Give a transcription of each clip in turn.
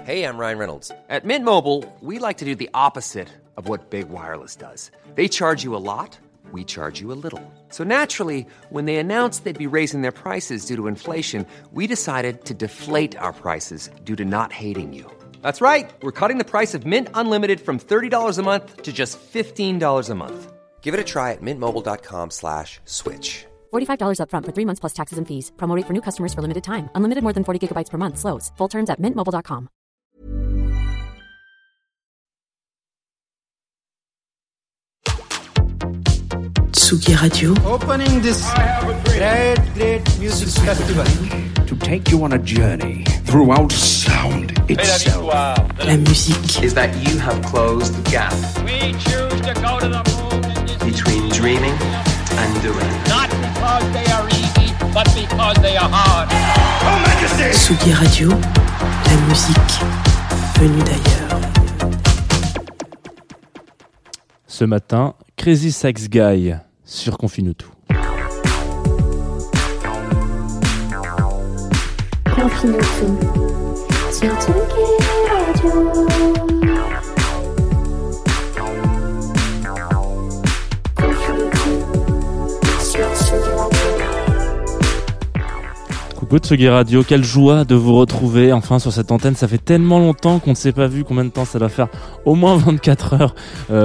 Hey, I'm Ryan Reynolds. At Mint Mobile, we like to do the opposite of what Big Wireless does. They charge you a lot, we charge you a little. So naturally, when they announced they'd be raising their prices due to inflation, we decided to deflate our prices due to not hating you. That's right. We're cutting the price of Mint Unlimited from $30 a month to just $15 a month. Give it a try at mintmobile.com/switch. $45 up front for 3 months plus taxes and fees. Promo rate for new customers for limited time. Unlimited more than 40 gigabytes per month. Slows full terms at mintmobile.com. Tsugi Radio. Opening this great music festival. To take you on a journey throughout sound itself. La musique. Is that you have closed the gap We choose to go to the moon in this between dreaming and doing. not because they are easy, but because they are hard. Tsugi Radio. La musique venue d'ailleurs. Ce matin, Crazy Sax Guy sur Confine tout. Confine tout sur Tsugi Radio. Confine tout sur Tsugi Radio. Coucou Tsugi Radio, quelle joie de vous retrouver enfin sur cette antenne. Ça fait tellement longtemps qu'on ne s'est pas vu, combien de temps ça doit faire, au moins 24 heures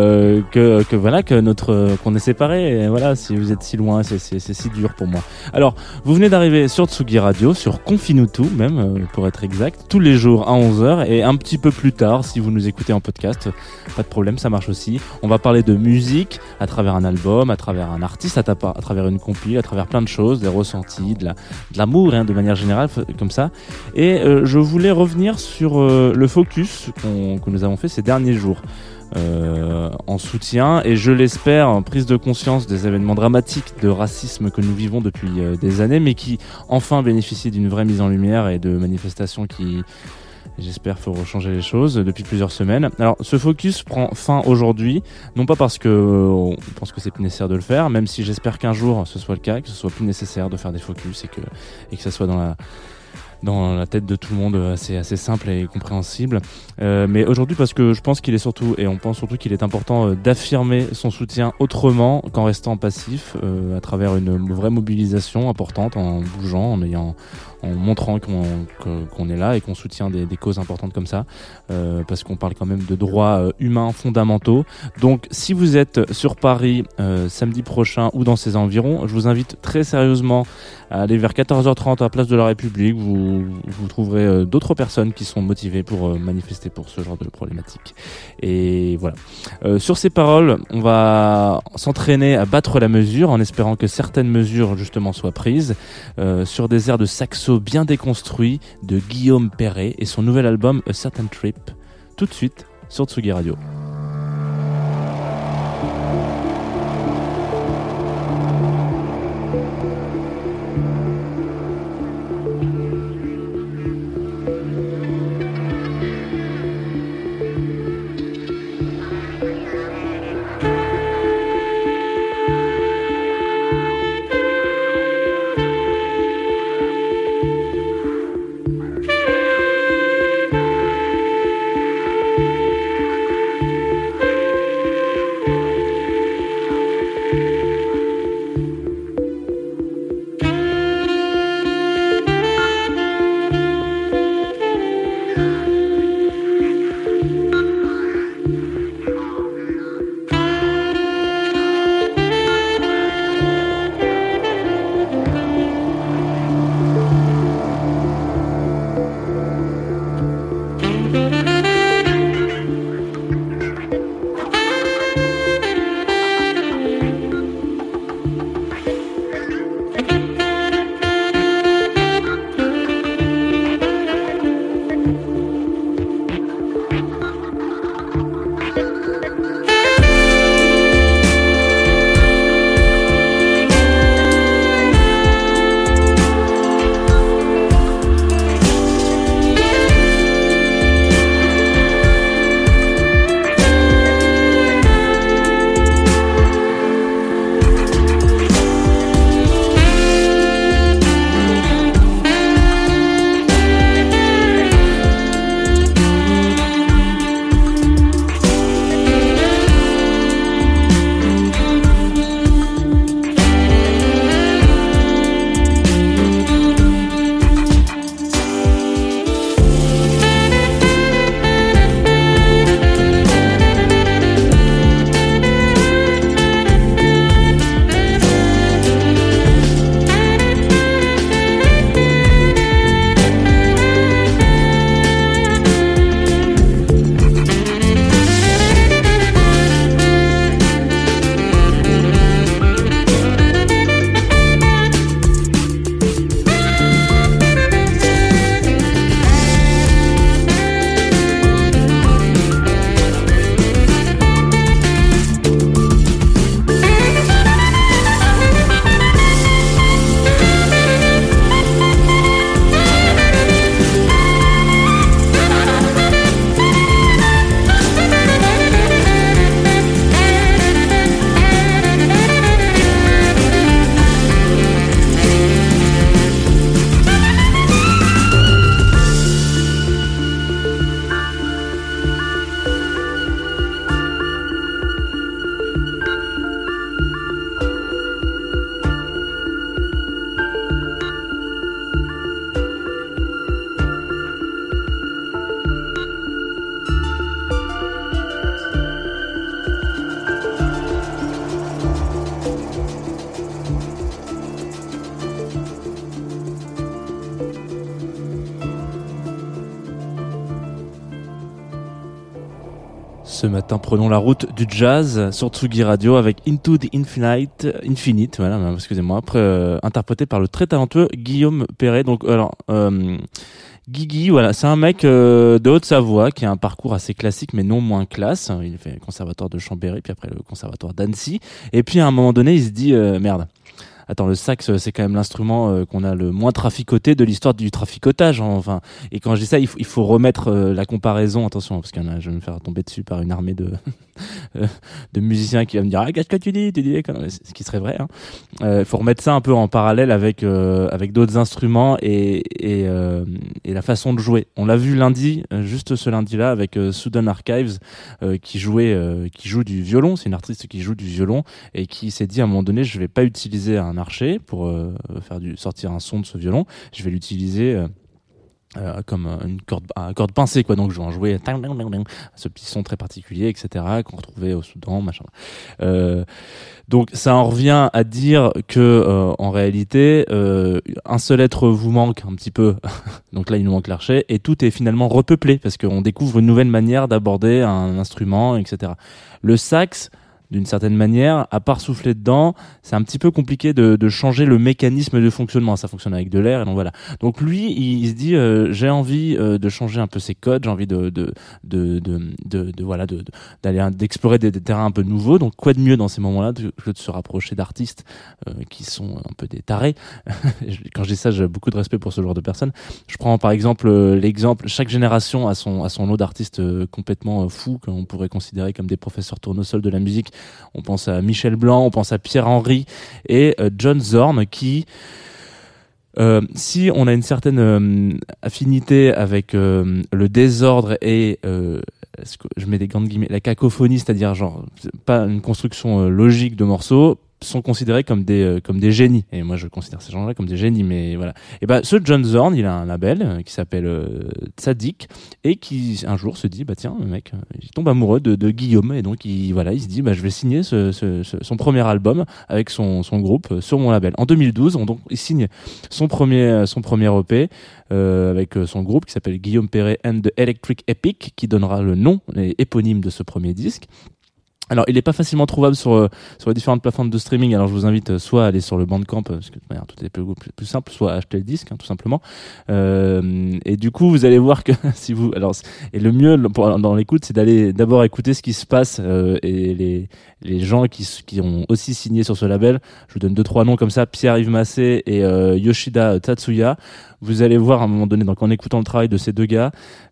qu'on est séparés. Et voilà, si vous êtes si loin, c'est si dur pour moi. Alors, vous venez d'arriver sur Tsugi Radio, sur Confine tout même, pour être exact, tous les jours à 11h et un petit peu plus tard si vous nous écoutez en podcast. Pas de problème, ça marche aussi. On va parler de musique à travers un album, à travers un artiste, à travers une compile, à travers plein de choses, des ressentis, de l'amour, de manière générale, comme ça. Et je voulais revenir sur le focus que nous avons fait ces derniers jours en soutien et je l'espère en prise de conscience des événements dramatiques de racisme que nous vivons depuis des années, mais qui enfin bénéficient d'une vraie mise en lumière et de manifestations qui, j'espère, feront changer les choses depuis plusieurs semaines. Alors, ce focus prend fin aujourd'hui, non pas parce que on pense que c'est plus nécessaire de le faire, même si j'espère qu'un jour ce soit le cas, que ce soit plus nécessaire de faire des focus et que ça soit dans la tête de tout le monde assez simple et compréhensible. Mais aujourd'hui parce que je pense qu'il est surtout, et on pense surtout qu'il est important d'affirmer son soutien autrement qu'en restant passif, à travers une vraie mobilisation importante, en bougeant, en montrant qu'on est là et qu'on soutient des causes importantes comme ça, parce qu'on parle quand même de droits humains fondamentaux. Donc si vous êtes sur Paris samedi prochain ou dans ses environs, je vous invite très sérieusement à aller vers 14h30 à la place de la République. Vous trouverez d'autres personnes qui sont motivées pour manifester pour ce genre de problématique. Et voilà. Sur ces paroles, on va s'entraîner à battre la mesure en espérant que certaines mesures justement soient prises, sur des airs de saxo bien déconstruits de Guillaume Perret et son nouvel album A Certain Trip, tout de suite sur Tsugi Radio. Ce matin, prenons la route du jazz sur Tsugi Radio avec Into the Infinite, voilà, excusez-moi, interprété par le très talentueux Guillaume Perret. Donc, alors, Guigui, voilà, c'est un mec de Haute-Savoie qui a un parcours assez classique mais non moins classe. Il fait le conservatoire de Chambéry, puis après le conservatoire d'Annecy. Et puis à un moment donné, il se dit merde. Attends, le sax, c'est quand même l'instrument qu'on a le moins traficoté de l'histoire du traficotage. Enfin, et quand je dis ça, il faut remettre la comparaison. Attention, parce qu'il y en a, je vais me faire tomber dessus par une armée de musiciens qui va me dire qu'est-ce que tu dis ce qui serait vrai. Il faut remettre ça un peu en parallèle avec d'autres instruments et la façon de jouer. On l'a vu lundi, juste ce lundi-là, avec Southern Archives qui joue du violon. C'est une artiste qui joue du violon et qui s'est dit à un moment donné, je vais pas utiliser un archet pour sortir un son de ce violon. Je vais l'utiliser comme une corde pincée, quoi. Donc je vais en jouer ce petit son très particulier, etc., qu'on retrouvait au Soudan, machin. Donc ça en revient à dire que en réalité un seul être vous manque un petit peu. Donc là il nous manque l'archet et tout est finalement repeuplé parce qu'on découvre une nouvelle manière d'aborder un instrument, etc. Le sax, d'une certaine manière, à part souffler dedans, c'est un petit peu compliqué de changer le mécanisme de fonctionnement. Ça fonctionne avec de l'air, et donc voilà. Donc lui, il se dit, j'ai envie de changer un peu ses codes, j'ai envie d'explorer des terrains un peu nouveaux. Donc quoi de mieux dans ces moments-là que de se rapprocher d'artistes qui sont un peu des tarés. Quand je dis ça, j'ai beaucoup de respect pour ce genre de personnes. Je prends par exemple l'exemple, chaque génération a son lot d'artistes complètement fous qu'on pourrait considérer comme des professeurs tournesols de la musique. On pense à Michel Blanc, on pense à Pierre Henry et John Zorn qui, si on a une certaine affinité avec le désordre et je mets des grandes guillemets, la cacophonie, c'est-à-dire genre pas une construction logique de morceaux, sont considérés comme des génies. Et moi, je considère ces gens-là comme des génies, mais voilà. Et ben, ce John Zorn, il a un label qui s'appelle Tzadik et qui, un jour, se dit, bah tiens, le mec, il tombe amoureux de Guillaume et donc il se dit, bah je vais signer son premier album avec son groupe sur mon label. En 2012, donc il signe son premier EP avec son groupe qui s'appelle Guillaume Perret and the Electric Epic, qui donnera le nom éponyme de ce premier disque. Alors, il est pas facilement trouvable sur les différentes plateformes de streaming. Alors, je vous invite soit à aller sur le Bandcamp, parce que tout est plus simple, soit à acheter le disque, tout simplement. Et du coup, vous allez voir que et le mieux dans l'écoute, c'est d'aller d'abord écouter ce qui se passe et les gens qui ont aussi signé sur ce label. Je vous donne 2-3 noms comme ça: Pierre-Yves Massé et Yoshida Tatsuya. Vous allez voir à un moment donné, donc en écoutant le travail de ces deux gars,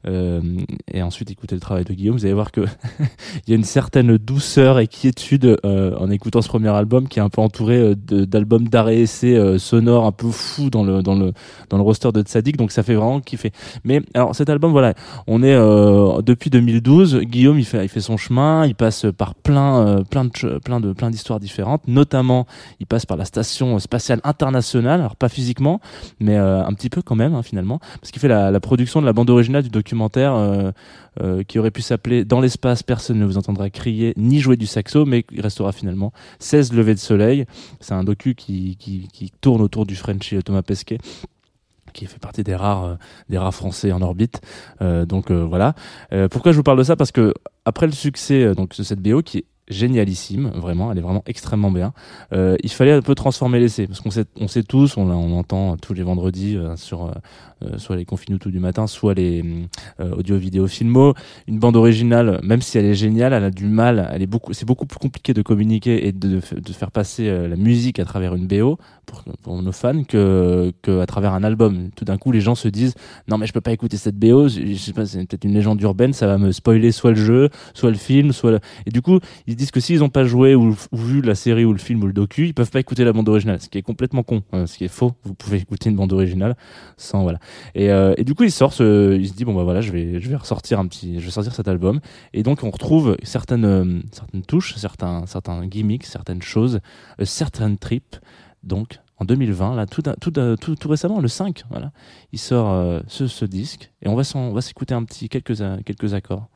et ensuite écouter le travail de Guillaume, vous allez voir que il y a une certaine douceur et quiétude en écoutant ce premier album qui est un peu entouré d'albums d'arrêt essai sonores un peu fous dans le roster de Tzadik, donc ça fait vraiment kiffer. Mais alors cet album, voilà, on est depuis 2012, Guillaume il fait son chemin, il passe par plein d'histoires différentes, notamment il passe par la station spatiale internationale, alors pas physiquement, mais un petit peu quand même, finalement, parce qu'il fait la production de la bande originale du documentaire qui aurait pu s'appeler Dans l'espace, personne ne vous entendra crier ni jouer du saxo, mais il restera finalement 16 levées de soleil. C'est un docu qui tourne autour du Frenchie Thomas Pesquet, qui fait partie des rares français en orbite. Donc voilà. Pourquoi je vous parle de ça? Parce que après le succès donc de cette BO qui est génialissime, vraiment, elle est vraiment extrêmement bien. Il fallait un peu transformer l'essai, parce qu'on sait tous, on entend tous les vendredis sur soit les Confinuto du matin, soit les audio, vidéo, filmo. Une bande originale, même si elle est géniale, elle a du mal. C'est beaucoup plus compliqué de communiquer et de faire passer la musique à travers une BO pour nos fans que à travers un album. Tout d'un coup, les gens se disent non mais je peux pas écouter cette BO. Je sais pas, c'est peut-être une légende urbaine, ça va me spoiler soit le jeu, soit le film, et du coup ils se disent que s'ils ont pas joué ou vu la série ou le film ou le docu, ils peuvent pas écouter la bande originale, ce qui est complètement con, ce qui est faux. Vous pouvez écouter une bande originale sans, voilà. Et du coup il se dit bon bah voilà, je vais sortir cet album, et donc on retrouve certaines touches, certains gimmicks, certaines choses, certaines tripes. Donc en 2020, là tout récemment, le 5, voilà, il sort ce disque, et on va s'écouter quelques accords.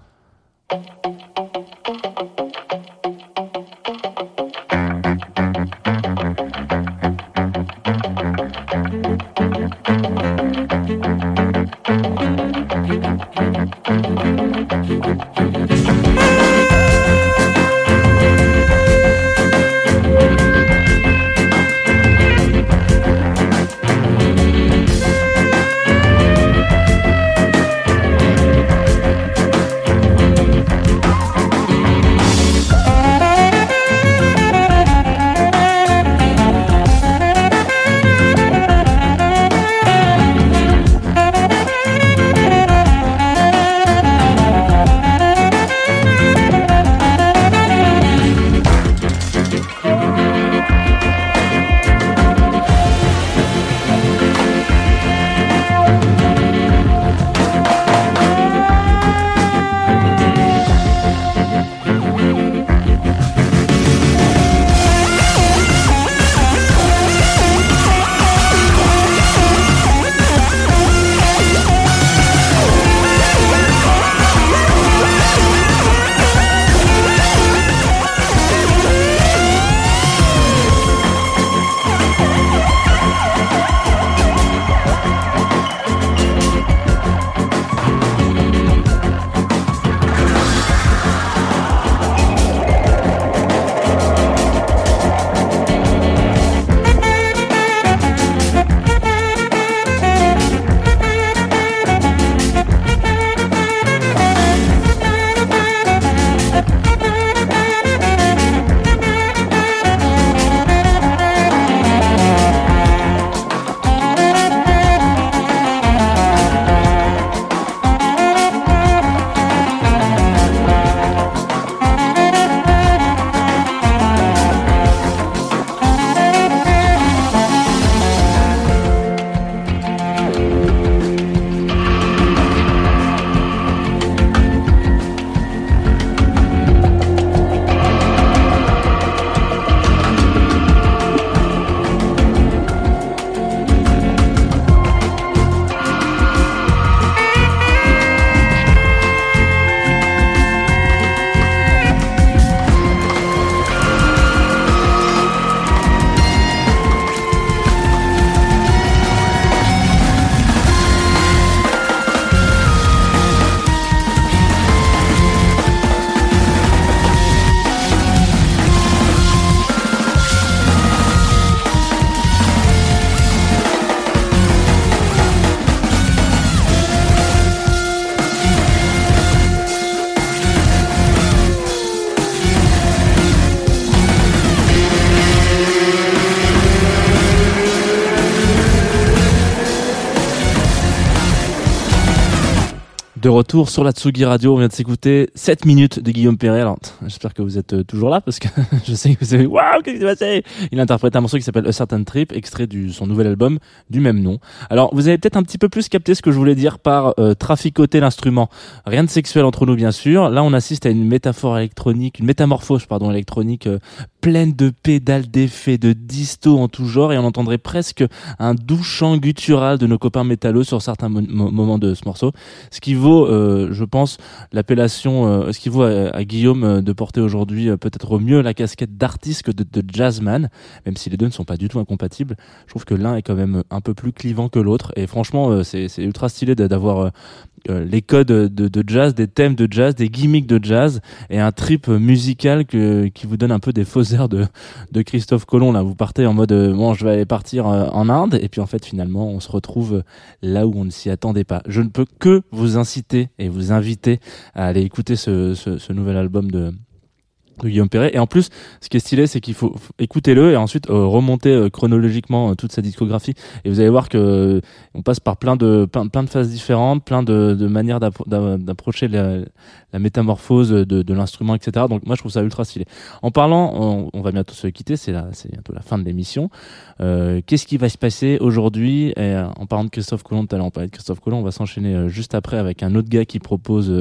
retour sur la Tsugi Radio, on vient de s'écouter 7 minutes de Guillaume Perret. Alors, j'espère que vous êtes toujours là parce que je sais que vous avez waouh, qu'est-ce qui s'est passé? Il interprète un morceau qui s'appelle A Certain Trip, extrait de son nouvel album du même nom. Alors, vous avez peut-être un petit peu plus capté ce que je voulais dire par traficoter l'instrument. Rien de sexuel entre nous, bien sûr. Là, on assiste à une métaphore électronique, une métamorphose, électronique pleine de pédales d'effets, de disto en tout genre, et on entendrait presque un doux chant guttural de nos copains métalleux sur certains moments de ce morceau. Ce qui vaut, je pense, l'appellation, ce qui vaut à Guillaume de porter aujourd'hui peut-être au mieux la casquette d'artiste que de jazzman, même si les deux ne sont pas du tout incompatibles. Je trouve que l'un est quand même un peu plus clivant que l'autre, et franchement, c'est ultra stylé d'avoir les codes de jazz, des thèmes de jazz, des gimmicks de jazz, et un trip musical qui vous donne un peu des faux airs de Christophe Colomb. Là, vous partez en mode bon, je vais aller partir en Inde, et puis en fait finalement on se retrouve là où on ne s'y attendait pas. Je ne peux que vous inciter et vous inviter à aller écouter ce nouvel album de Guillaume Perret. Et en plus, ce qui est stylé, c'est qu'il faut écouter-le et ensuite remonter chronologiquement toute sa discographie. Et vous allez voir que on passe par plein de phases différentes, plein de manières d'approcher la métamorphose de l'instrument, etc. Donc moi, je trouve ça ultra stylé. En parlant, on va bientôt se quitter, c'est bientôt la fin de l'émission. Qu'est-ce qui va se passer aujourd'hui? Et en parlant de Christophe Colomb, tout à l'heure, on parlait de Christophe Colomb, on va s'enchaîner juste après avec un autre gars qui propose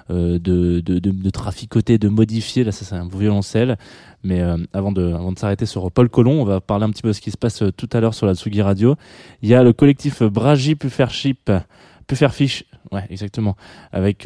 de traficoter, de modifier. Là, ça, c'est un violoncelle. Mais avant de s'arrêter sur Paul Colomb, on va parler un petit peu de ce qui se passe tout à l'heure sur la Tsugi Radio. Il y a le collectif Bragi Pufferfish, ouais, exactement, avec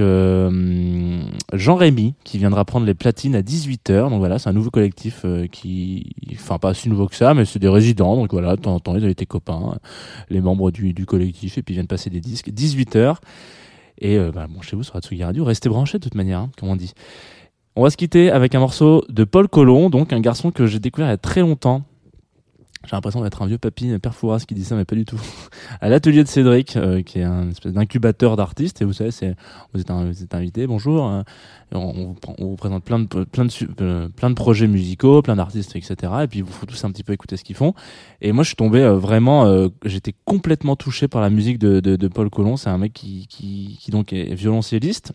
Jean-Rémy qui viendra prendre les platines à 18h. Donc voilà, c'est un nouveau collectif enfin pas si nouveau que ça, mais c'est des résidents. Donc voilà, de temps en temps, ils ont été copains, les membres du collectif, et puis ils viennent passer des disques. 18h. Et bon, chez vous sur la Tsugi Radio, restez branchés de toute manière, hein, comme on dit. On va se quitter avec un morceau de Paul Colomb, donc un garçon que j'ai découvert il y a très longtemps. J'ai l'impression d'être un vieux papy, Père Fouras qui dit ça, mais pas du tout. À l'atelier de Cédric, qui est un espèce d'incubateur d'artistes, et vous savez, vous êtes invité, bonjour. On vous présente plein de projets musicaux, plein d'artistes, etc. Et puis vous faut tous un petit peu écouter ce qu'ils font. Et moi, je suis tombé vraiment, j'étais complètement touché par la musique de Paul Colomb. C'est un mec qui donc est violoncelliste.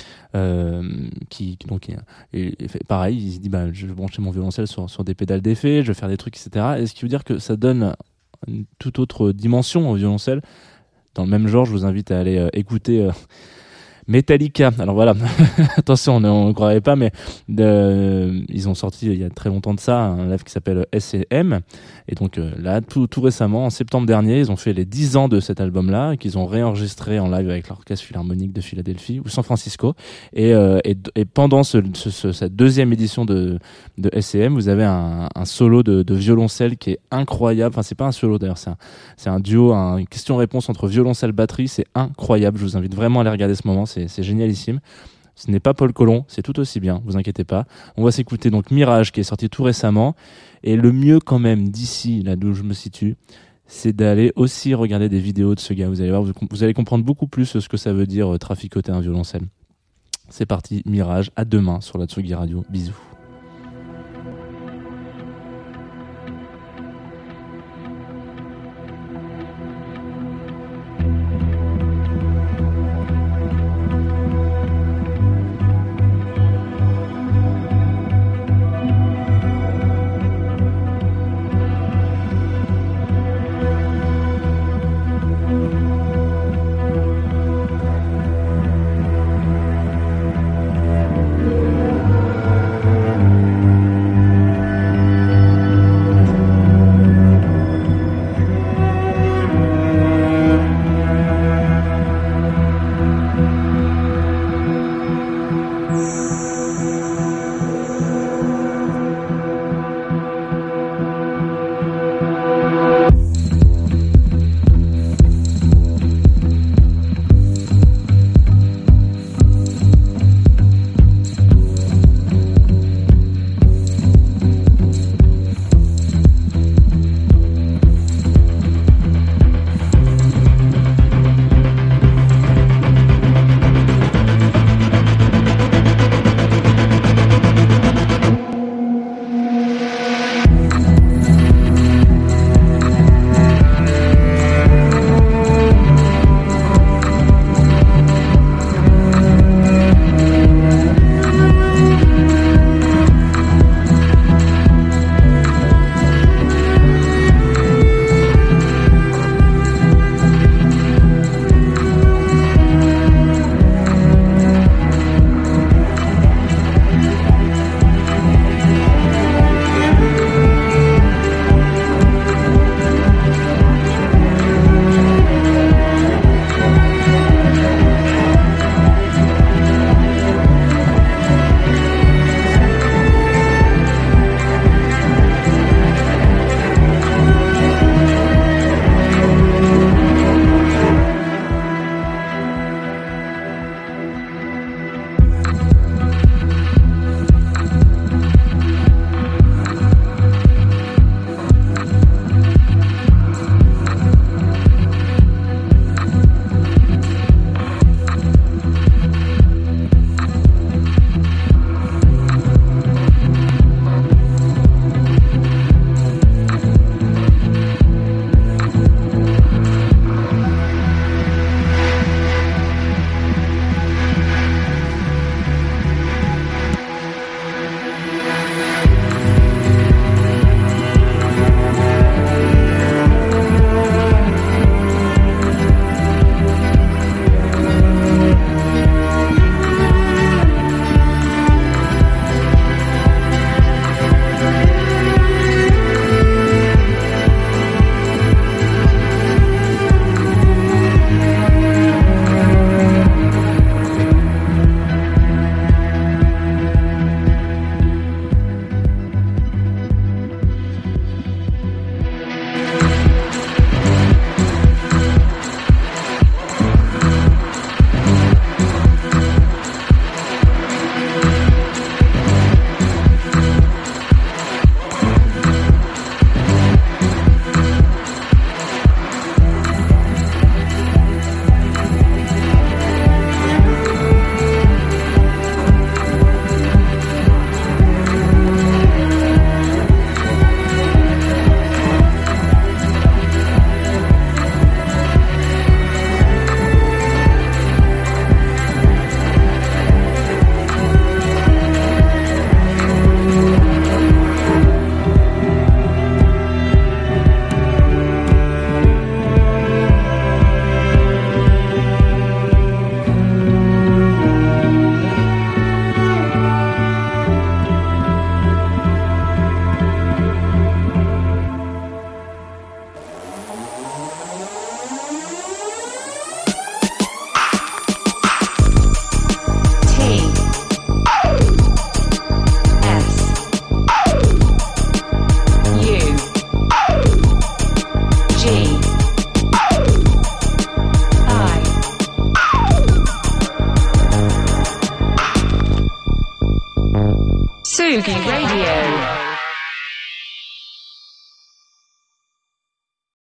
Qui donc fait pareil, il se dit je vais brancher mon violoncelle sur des pédales d'effet, je vais faire des trucs, etc. Et ce qui veut dire que ça donne une toute autre dimension au violoncelle. Dans le même genre, je vous invite à aller écouter Metallica. Alors voilà, attention, on ne croirait pas, mais ils ont sorti il y a très longtemps de ça un live qui s'appelle S&M, et donc là tout récemment, en septembre dernier, ils ont fait les 10 ans de cet album-là, qu'ils ont réenregistré en live avec l'Orchestre Philharmonique de Philadelphie ou San Francisco, et pendant cette deuxième édition de S&M, vous avez un solo de violoncelle qui est incroyable. Enfin, c'est pas un solo d'ailleurs, c'est un duo, une question-réponse entre violoncelle batterie, c'est incroyable. Je vous invite vraiment à aller regarder ce moment. C'est génialissime. Ce n'est pas Paul Colomb, c'est tout aussi bien, vous inquiétez pas. On va s'écouter donc Mirage qui est sorti tout récemment, et le mieux quand même d'ici, là d'où je me situe, c'est d'aller aussi regarder des vidéos de ce gars. Vous allez voir, vous allez comprendre beaucoup plus ce que ça veut dire traficoter un violoncelle. C'est parti, Mirage, à demain sur la Tsugi Radio. Bisous. Tsugi Radio.